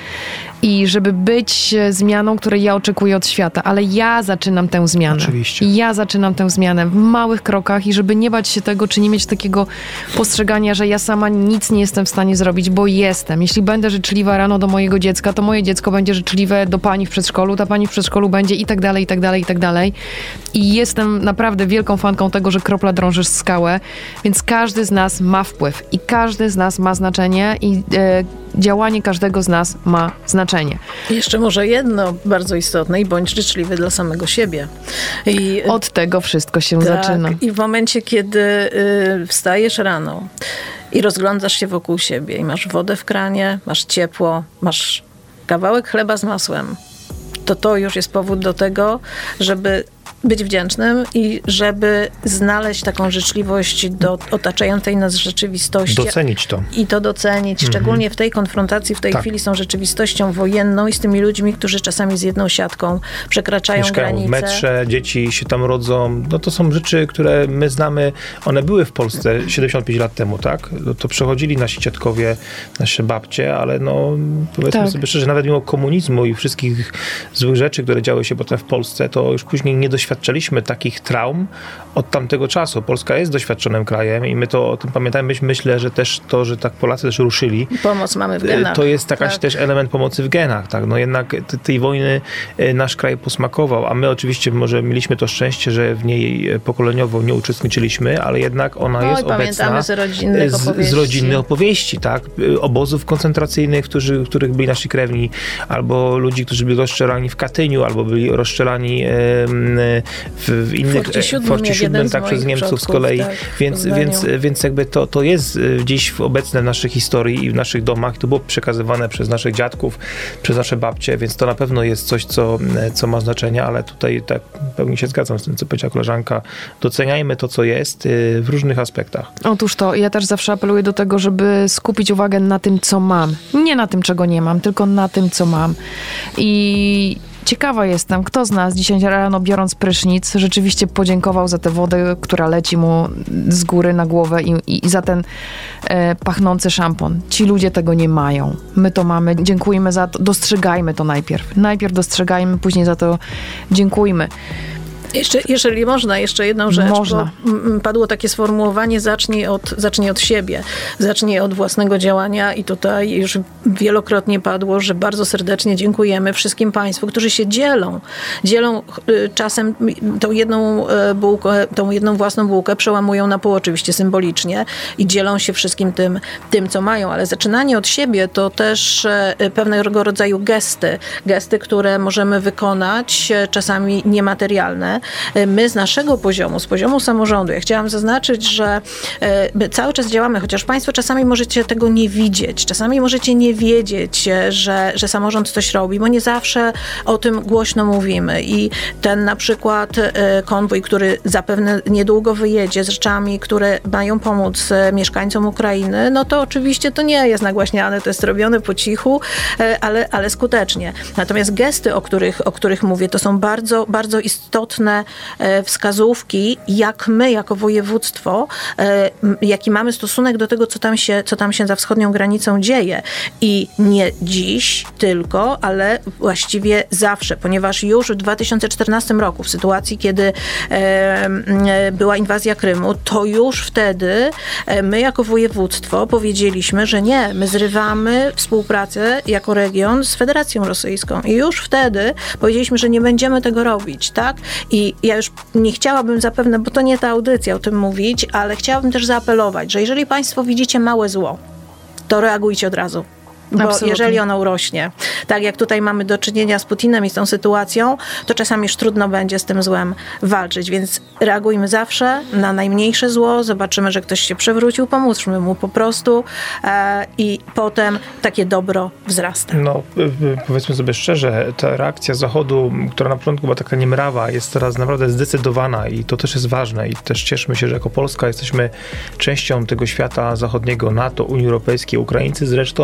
i żeby być zmianą, której ja oczekuję od świata, ale ja zaczynam tę zmianę.
Oczywiście.
I ja zaczynam tę zmianę w małych krokach i żeby nie bać się tego, czy nie mieć takiego postrzegania, że ja sama nic nie jestem w stanie zrobić, bo jestem. Jeśli będę życzliwa rano do mojego dziecka, to moje dziecko będzie życzliwe do pani w przedszkolu, ta pani w przedszkolu będzie i tak dalej, i tak dalej, i tak dalej. I jestem naprawdę wielką fanką tego, że kropla drąży skałę, więc każdy z nas ma wpływ i każdy z nas ma znaczenie i działanie każdego z nas ma znaczenie.
Jeszcze może jedno bardzo istotne i bądź życzliwy dla samego siebie. I
od tego wszystko się zaczyna.
I w momencie, kiedy wstajesz rano i rozglądasz się wokół siebie i masz wodę w kranie, masz ciepło, masz kawałek chleba z masłem, to już jest powód do tego, żeby być wdzięcznym i żeby znaleźć taką życzliwość do otaczającej nas rzeczywistości.
Docenić to.
I to docenić, szczególnie w tej konfrontacji w tej chwili są rzeczywistością wojenną i z tymi ludźmi, którzy czasami z jedną siatką przekraczają granice.
Mieszkają w metrze, dzieci się tam rodzą. No to są rzeczy, które my znamy. One były w Polsce 75 lat temu, tak? To przechodzili nasi dziadkowie, nasze babcie, ale no powiedzmy sobie szczerze, nawet mimo komunizmu i wszystkich złych rzeczy, które działy się potem w Polsce, to już później nie doświadczyliśmy takich traum od tamtego czasu. Polska jest doświadczonym krajem i my to o tym pamiętamy. Myślę, że też to, że tak Polacy też ruszyli.
Pomoc mamy w genach.
To jest też element pomocy w genach, tak? No jednak tej wojny nasz kraj posmakował, a my oczywiście może mieliśmy to szczęście, że w niej pokoleniowo nie uczestniczyliśmy, ale jednak ona jest obecna z rodzinnych opowieści, tak? Obozów koncentracyjnych, w których byli nasi krewni, albo ludzi, którzy byli rozstrzelani w Katyniu, albo byli rozstrzelani w innych Forcie VII, tak, przez Niemców przodków, z kolei. Tak, więc jakby to jest gdzieś obecne w naszej historii i w naszych domach. To było przekazywane przez naszych dziadków, przez nasze babcie, więc to na pewno jest coś, co ma znaczenie, ale tutaj tak pełni się zgadzam z tym, co powiedziała koleżanka. Doceniajmy to, co jest w różnych aspektach.
Otóż to, ja też zawsze apeluję do tego, żeby skupić uwagę na tym, co mam. Nie na tym, czego nie mam, tylko na tym, co mam. I ciekawa jestem, kto z nas dzisiaj rano, biorąc prysznic, rzeczywiście podziękował za tę wodę, która leci mu z góry na głowę i za ten pachnący szampon. Ci ludzie tego nie mają. My to mamy. Dziękujmy za to. Dostrzegajmy to najpierw. Najpierw dostrzegajmy, później za to dziękujmy.
Jeżeli można, jeszcze jedną rzecz.
Można.
Bo padło takie sformułowanie, zacznij od siebie, zacznij od własnego działania i tutaj już wielokrotnie padło, że bardzo serdecznie dziękujemy wszystkim Państwu, którzy się dzielą czasem tą jedną własną bułkę przełamują na pół, oczywiście symbolicznie i dzielą się wszystkim tym, co mają, ale zaczynanie od siebie to też pewnego rodzaju gesty, które możemy wykonać, czasami niematerialne. My z naszego poziomu, z poziomu samorządu, ja chciałam zaznaczyć, że my cały czas działamy, chociaż Państwo czasami możecie tego nie widzieć, czasami możecie nie wiedzieć, że samorząd coś robi, bo nie zawsze o tym głośno mówimy i ten na przykład konwój, który zapewne niedługo wyjedzie z rzeczami, które mają pomóc mieszkańcom Ukrainy, no to oczywiście to nie jest nagłaśniane, to jest robione po cichu, ale skutecznie. Natomiast gesty, o których mówię, to są bardzo, bardzo istotne wskazówki, jak my jako województwo, jaki mamy stosunek do tego, co tam się za wschodnią granicą dzieje. I nie dziś tylko, ale właściwie zawsze, ponieważ już w 2014 roku, w sytuacji, kiedy była inwazja Krymu, to już wtedy my jako województwo powiedzieliśmy, że nie, my zrywamy współpracę jako region z Federacją Rosyjską. I już wtedy powiedzieliśmy, że nie będziemy tego robić, tak? I ja już nie chciałabym zapewne, bo to nie ta audycja o tym mówić, ale chciałabym też zaapelować, że jeżeli Państwo widzicie małe zło, to reagujcie od razu. Bo
absolutnie.
Jeżeli ono urośnie, tak jak tutaj mamy do czynienia z Putinem i z tą sytuacją, to czasami już trudno będzie z tym złem walczyć, więc reagujmy zawsze na najmniejsze zło, zobaczymy, że ktoś się przewrócił, pomóżmy mu po prostu i potem takie dobro wzrasta.
No, powiedzmy sobie szczerze, ta reakcja Zachodu, która na początku była taka niemrawa, jest teraz naprawdę zdecydowana i to też jest ważne i też cieszmy się, że jako Polska jesteśmy częścią tego świata zachodniego, NATO, Unii Europejskiej, Ukraińcy zresztą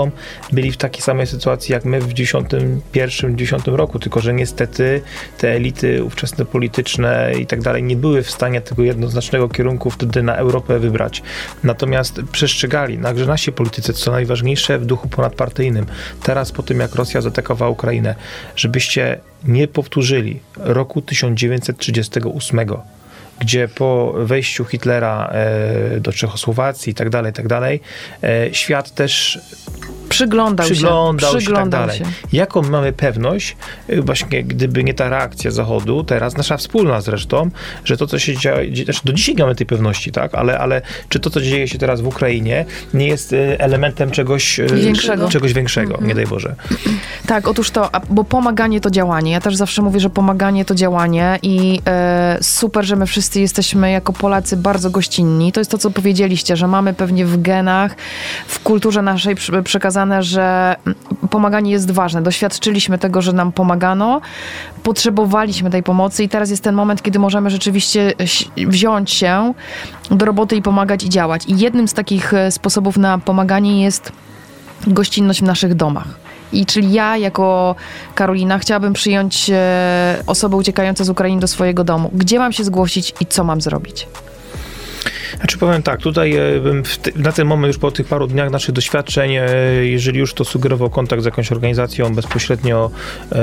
byli w takiej samej sytuacji jak my w 1991-1910 roku, tylko że niestety te elity ówczesne polityczne i tak dalej nie były w stanie tego jednoznacznego kierunku wtedy na Europę wybrać. Natomiast przestrzegali, także nasi politycy, co najważniejsze, w duchu ponadpartyjnym. Teraz po tym, jak Rosja zaatakowała Ukrainę, żebyście nie powtórzyli roku 1938, gdzie po wejściu Hitlera do Czechosłowacji i tak dalej, świat też
przyglądał się
i tak dalej. Jaką mamy pewność, właśnie gdyby nie ta reakcja Zachodu, teraz nasza wspólna zresztą, że to, co się dzieje, znaczy do dzisiaj nie mamy tej pewności, tak? Ale czy to, co dzieje się teraz w Ukrainie, nie jest elementem czegoś większego, nie daj Boże.
Tak, otóż to, bo pomaganie to działanie. Ja też zawsze mówię, że pomaganie to działanie i super, że my wszyscy jesteśmy jako Polacy bardzo gościnni. To jest to, co powiedzieliście, że mamy pewnie w genach, w kulturze naszej przekazane, że pomaganie jest ważne. Doświadczyliśmy tego, że nam pomagano, potrzebowaliśmy tej pomocy i teraz jest ten moment, kiedy możemy rzeczywiście wziąć się do roboty i pomagać i działać. I jednym z takich sposobów na pomaganie jest gościnność w naszych domach. I czyli ja jako Karolina chciałabym przyjąć osoby uciekające z Ukrainy do swojego domu. Gdzie mam się zgłosić i co mam zrobić?
Znaczy powiem tak, tutaj bym na ten moment już po tych paru dniach naszych doświadczeń, jeżeli już to sugerował kontakt z jakąś organizacją bezpośrednio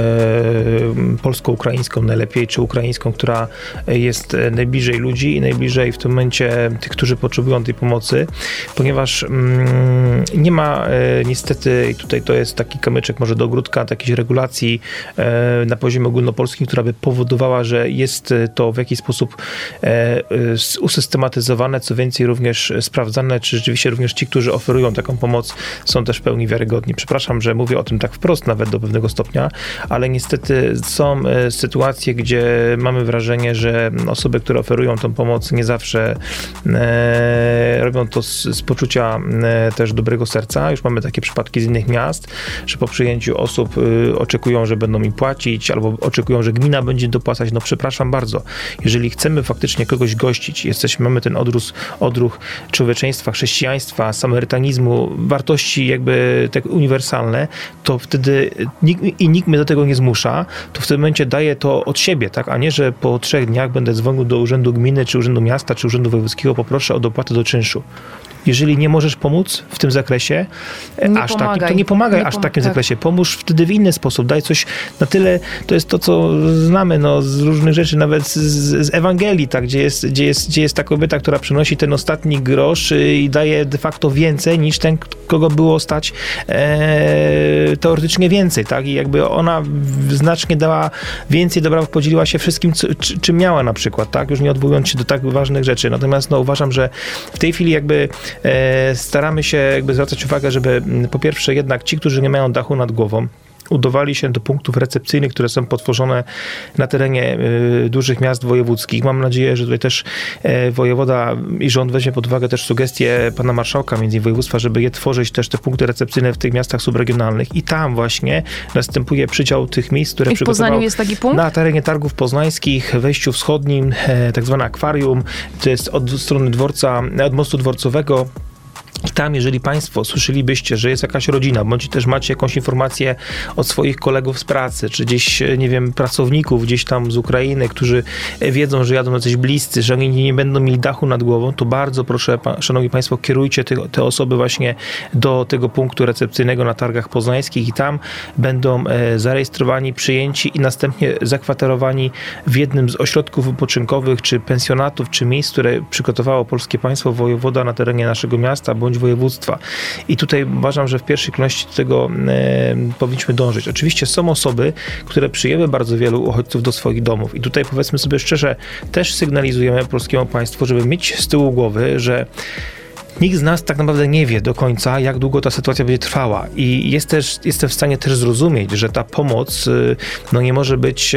polsko-ukraińską najlepiej, czy ukraińską, która jest najbliżej ludzi i najbliżej w tym momencie tych, którzy potrzebują tej pomocy, ponieważ nie ma niestety, i tutaj to jest taki kamyczek może do ogródka, takiej regulacji na poziomie ogólnopolskim, która by powodowała, że jest to w jakiś sposób usystematyzowane, co więcej również sprawdzane, czy rzeczywiście również ci, którzy oferują taką pomoc, są też w pełni wiarygodni. Przepraszam, że mówię o tym tak wprost nawet do pewnego stopnia, ale niestety są sytuacje, gdzie mamy wrażenie, że osoby, które oferują tą pomoc, nie zawsze robią to z poczucia też dobrego serca. Już mamy takie przypadki z innych miast, że po przyjęciu osób oczekują, że będą im płacić, albo oczekują, że gmina będzie dopłacać. No przepraszam bardzo. Jeżeli chcemy faktycznie kogoś gościć, mamy ten odruch człowieczeństwa, chrześcijaństwa, samarytanizmu, wartości jakby tak uniwersalne, to wtedy nikt mnie do tego nie zmusza, to w tym momencie daję to od siebie, tak? A nie, że po 3 dniach będę dzwonił do urzędu gminy, czy urzędu miasta, czy urzędu wojewódzkiego, poproszę o dopłatę do czynszu. Jeżeli nie możesz pomóc w tym zakresie, to nie pomagaj aż w takim zakresie. Pomóż wtedy w inny sposób. Daj coś na tyle, to jest to, co znamy z różnych rzeczy, nawet z Ewangelii, tak, gdzie jest ta kobieta, która przynosi ten ostatni grosz i daje de facto więcej niż ten, kogo było stać teoretycznie więcej, tak? I jakby ona znacznie dała więcej dobra, podzieliła się wszystkim, czym miała na przykład, tak? Już nie odwołując się do tak ważnych rzeczy. Natomiast uważam, że w tej chwili jakby staramy się jakby zwracać uwagę, żeby po pierwsze jednak ci, którzy nie mają dachu nad głową, udawali się do punktów recepcyjnych, które są potworzone na terenie dużych miast wojewódzkich. Mam nadzieję, że tutaj też wojewoda i rząd weźmie pod uwagę też sugestie pana marszałka między województwa, żeby je tworzyć też te punkty recepcyjne w tych miastach subregionalnych i tam właśnie następuje przydział tych miejsc, które przygotował. W Poznaniu
jest taki punkt?
Na terenie Targów Poznańskich, wejściu wschodnim, tak zwane akwarium, to jest od strony dworca, od mostu dworcowego. I tam, jeżeli państwo słyszelibyście, że jest jakaś rodzina, bądź też macie jakąś informację od swoich kolegów z pracy, czy gdzieś, nie wiem, pracowników gdzieś tam z Ukrainy, którzy wiedzą, że jadą jacyś bliscy, że oni nie będą mieli dachu nad głową, to bardzo proszę, szanowni państwo, kierujcie te osoby właśnie do tego punktu recepcyjnego na Targach Poznańskich i tam będą zarejestrowani, przyjęci i następnie zakwaterowani w jednym z ośrodków wypoczynkowych, czy pensjonatów, czy miejsc, które przygotowało polskie państwo, wojewoda na terenie naszego miasta, bądź województwa. I tutaj uważam, że w pierwszej kolejności do tego powinniśmy dążyć. Oczywiście są osoby, które przyjęły bardzo wielu uchodźców do swoich domów i tutaj powiedzmy sobie szczerze, też sygnalizujemy polskiemu państwu, żeby mieć z tyłu głowy, że nikt z nas tak naprawdę nie wie do końca, jak długo ta sytuacja będzie trwała i jestem w stanie też zrozumieć, że ta pomoc nie może być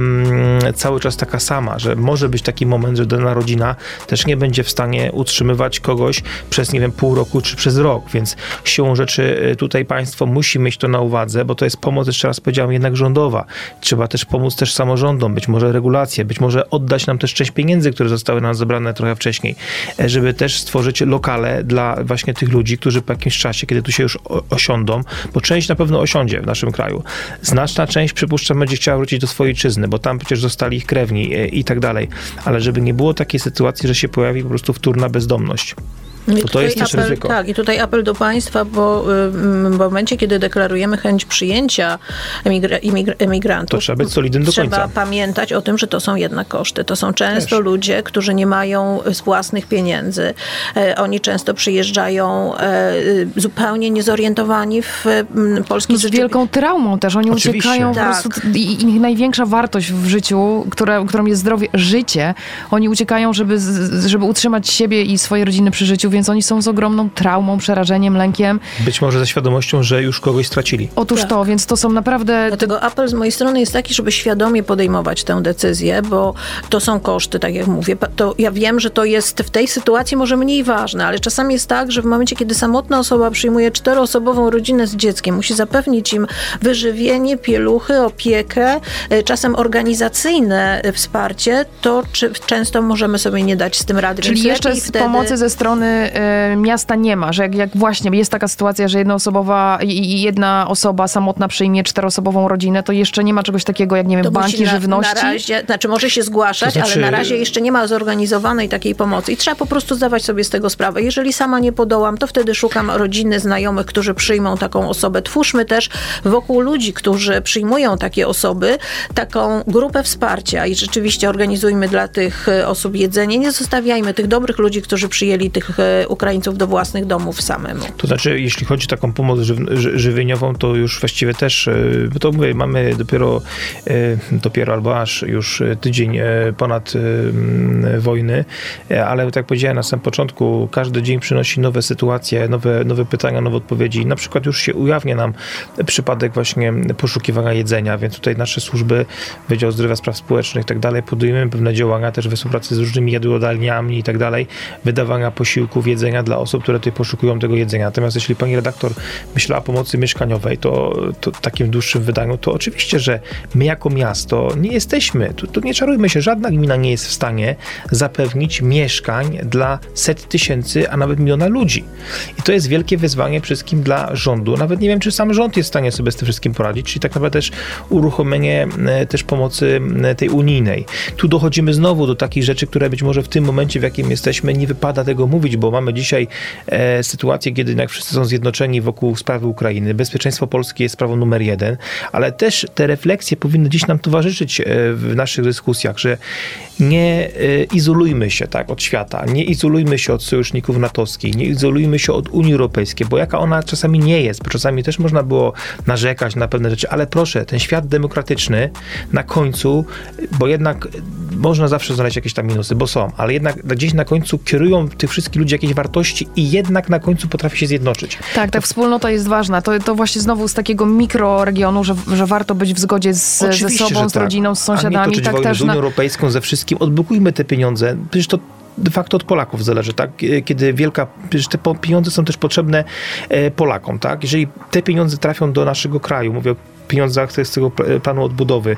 cały czas taka sama, że może być taki moment, że dana rodzina też nie będzie w stanie utrzymywać kogoś przez, nie wiem, pół roku czy przez rok, więc siłą rzeczy tutaj państwo musi mieć to na uwadze, bo to jest pomoc, jeszcze raz powiedziałem, jednak rządowa. Trzeba też pomóc też samorządom, być może regulacje, być może oddać nam też część pieniędzy, które zostały nam zebrane trochę wcześniej, żeby też stworzyć lokale, ale dla właśnie tych ludzi, którzy po jakimś czasie, kiedy tu się już osiądą, bo część na pewno osiądzie w naszym kraju. Znaczna część, przypuszczam, będzie chciała wrócić do swojej ojczyzny, bo tam przecież zostali ich krewni i tak dalej. Ale żeby nie było takiej sytuacji, że się pojawi po prostu wtórna bezdomność. To jest też ryzyko.
Tak, i tutaj apel do państwa, bo w momencie, kiedy deklarujemy chęć przyjęcia emigrantów,
to trzeba być solidnym do końca.
Trzeba pamiętać o tym, że to są jednak koszty. To są często ludzie, którzy nie mają własnych pieniędzy. Oni często przyjeżdżają zupełnie niezorientowani w polskiej
z wielką traumą też. Oni uciekają po prostu. Ich największa wartość w życiu, którą jest zdrowie, życie. Oni uciekają, żeby utrzymać siebie i swoje rodziny przy życiu, więc oni są z ogromną traumą, przerażeniem, lękiem.
Być może ze świadomością, że już kogoś stracili.
Otóż to, więc to są naprawdę...
Dlatego apel z mojej strony jest taki, żeby świadomie podejmować tę decyzję, bo to są koszty, tak jak mówię. To ja wiem, że to jest w tej sytuacji może mniej ważne, ale czasami jest tak, że w momencie, kiedy samotna osoba przyjmuje 4-osobową rodzinę z dzieckiem, musi zapewnić im wyżywienie, pieluchy, opiekę, czasem organizacyjne wsparcie, to często możemy sobie nie dać z tym rady.
Czyli jeszcze z pomocy ze strony miasta nie ma, że jak właśnie jest taka sytuacja, że jedna osoba samotna przyjmie 4-osobową rodzinę, to jeszcze nie ma czegoś takiego jak, nie wiem, banki żywności?
Na razie, może się zgłaszać, ale na razie jeszcze nie ma zorganizowanej takiej pomocy i trzeba po prostu zdawać sobie z tego sprawę. Jeżeli sama nie podołam, to wtedy szukam rodziny, znajomych, którzy przyjmą taką osobę. Twórzmy też wokół ludzi, którzy przyjmują takie osoby, taką grupę wsparcia i rzeczywiście organizujmy dla tych osób jedzenie. Nie zostawiajmy tych dobrych ludzi, którzy przyjęli tych Ukraińców do własnych domów samemu.
To znaczy, jeśli chodzi o taką pomoc żywieniową, to już właściwie też, bo to mówię, mamy dopiero albo aż już tydzień ponad wojny, ale tak jak powiedziałem na samym początku, każdy dzień przynosi nowe sytuacje, nowe pytania, nowe odpowiedzi. Na przykład już się ujawnia nam przypadek właśnie poszukiwania jedzenia, więc tutaj nasze służby, Wydział Zdrowia, Spraw Społecznych i tak dalej, podejmujemy pewne działania też we współpracy z różnymi jadłodalniami i tak dalej, wydawania posiłków, jedzenia dla osób, które tutaj poszukują tego jedzenia. Natomiast jeśli pani redaktor myślała o pomocy mieszkaniowej, to takim dłuższym wydaniu, to oczywiście, że my jako miasto nie jesteśmy, tu nie czarujmy się, żadna gmina nie jest w stanie zapewnić mieszkań dla set tysięcy, a nawet miliona ludzi. I to jest wielkie wyzwanie przede wszystkim dla rządu. Nawet nie wiem, czy sam rząd jest w stanie sobie z tym wszystkim poradzić, czyli tak naprawdę też uruchomienie też pomocy tej unijnej. Tu dochodzimy znowu do takich rzeczy, które być może w tym momencie, w jakim jesteśmy, nie wypada tego mówić, bo mamy dzisiaj sytuację, kiedy jednak wszyscy są zjednoczeni wokół sprawy Ukrainy. Bezpieczeństwo Polski jest sprawą numer 1, ale też te refleksje powinny dziś nam towarzyszyć w naszych dyskusjach, że nie izolujmy się tak od świata, nie izolujmy się od sojuszników natowskich, nie izolujmy się od Unii Europejskiej, bo jaka ona czasami nie jest, bo czasami też można było narzekać na pewne rzeczy, ale proszę, ten świat demokratyczny na końcu, bo jednak można zawsze znaleźć jakieś tam minusy, bo są, ale jednak gdzieś na końcu kierują tych wszystkich ludzi jakieś wartości i jednak na końcu potrafi się zjednoczyć.
Tak, ta wspólnota jest ważna. To właśnie znowu z takiego mikroregionu, że warto być w zgodzie ze sobą, z rodziną, z sąsiadami.
A nie toczyć wojny z Unią Europejską, ze wszystkim. Odblokujmy te pieniądze. Przecież to de facto od Polaków zależy, tak? Kiedy przecież te pieniądze są też potrzebne Polakom, tak? Jeżeli te pieniądze trafią do naszego kraju, mówię o pieniądzach z tego planu odbudowy,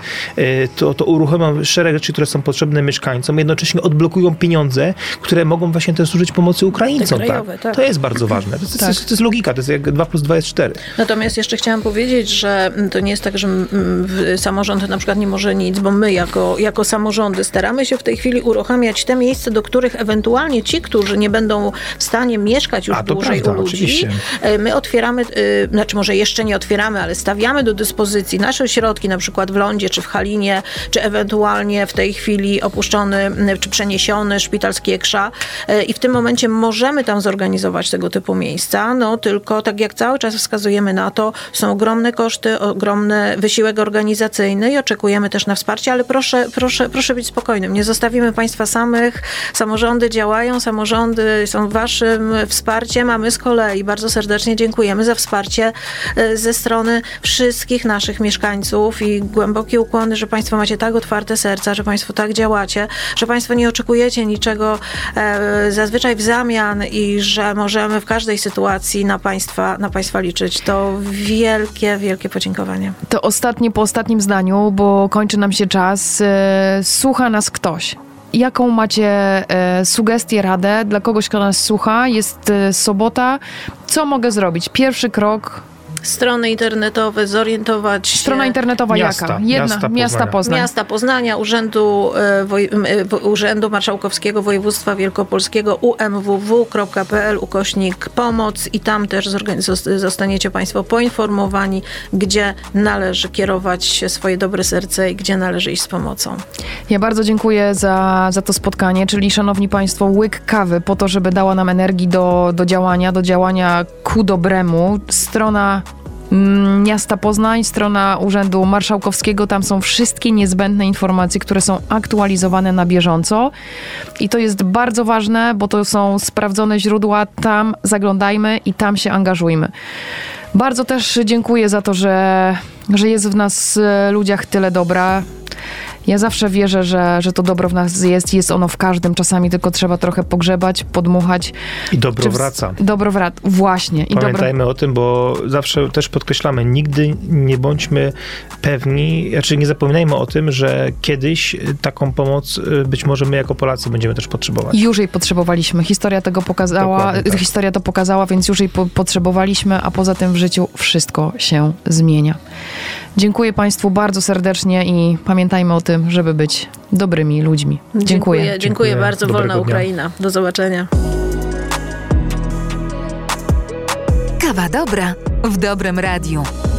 to uruchomią szereg rzeczy, które są potrzebne mieszkańcom, jednocześnie odblokują pieniądze, które mogą właśnie też służyć pomocy Ukraińcom.
Krajowe, tak? To
jest bardzo ważne. To jest logika, to jest jak 2+2 jest 4.
Natomiast jeszcze chciałam powiedzieć, że to nie jest tak, że samorząd na przykład nie może nic, bo my jako samorządy staramy się w tej chwili uruchamiać te miejsca, do których ewentualnie ci, którzy nie będą w stanie mieszkać już dłużej u ludzi, oczywiście. My otwieramy, znaczy może jeszcze nie otwieramy, ale stawiamy do dyspozycji nasze środki, na przykład w Lądzie, czy w Halinie, czy ewentualnie w tej chwili opuszczony, czy przeniesiony szpital z Kiekrza i w tym momencie możemy tam zorganizować tego typu miejsca, no tylko tak jak cały czas wskazujemy na to, są ogromne koszty, ogromny wysiłek organizacyjny i oczekujemy też na wsparcie, ale proszę być spokojnym, nie zostawimy państwa samych, samorządy działają, samorządy są waszym wsparciem, a my z kolei bardzo serdecznie dziękujemy za wsparcie ze strony wszystkich naszych mieszkańców i głębokie ukłony, że państwo macie tak otwarte serca, że państwo tak działacie, że państwo nie oczekujecie niczego zazwyczaj w zamian i że możemy w każdej sytuacji na państwa liczyć. To wielkie podziękowanie.
To po ostatnim zdaniu, bo kończy nam się czas. Słucha nas ktoś jaką macie sugestię, radę dla kogoś, kto nas słucha? Jest sobota. Co mogę zrobić? Pierwszy krok.
Strony internetowe, zorientować się.
Strona internetowa
Miasta,
jaka? Miasta Poznań.
Miasta Poznania, Urzędu Marszałkowskiego Województwa Wielkopolskiego umww.pl/pomoc i tam też zostaniecie Państwo poinformowani, gdzie należy kierować swoje dobre serce i gdzie należy iść z pomocą.
Ja bardzo dziękuję za to spotkanie, czyli szanowni Państwo, łyk kawy po to, żeby dała nam energii do działania ku dobremu. Strona Miasta Poznań, strona Urzędu Marszałkowskiego, tam są wszystkie niezbędne informacje, które są aktualizowane na bieżąco i to jest bardzo ważne, bo to są sprawdzone źródła, tam zaglądajmy i tam się angażujmy. Bardzo też dziękuję za to, że jest w nas ludziach tyle dobra. Ja zawsze wierzę, że to dobro w nas jest ono w każdym. Czasami tylko trzeba trochę pogrzebać, podmuchać.
I dobro wraca.
Dobro wraca, właśnie.
Pamiętajmy o tym, bo zawsze też podkreślamy, nigdy nie bądźmy pewni, nie zapominajmy o tym, że kiedyś taką pomoc być może my jako Polacy będziemy też potrzebować.
Już jej potrzebowaliśmy. Historia tego pokazała, tak. Historia to pokazała, więc już jej potrzebowaliśmy, a poza tym w życiu wszystko się zmienia. Dziękuję Państwu bardzo serdecznie i pamiętajmy o tym, żeby być dobrymi ludźmi. Dziękuję.
Dziękuję bardzo. Wolna Ukraina. Do zobaczenia.
Kawa dobra w dobrym radiu.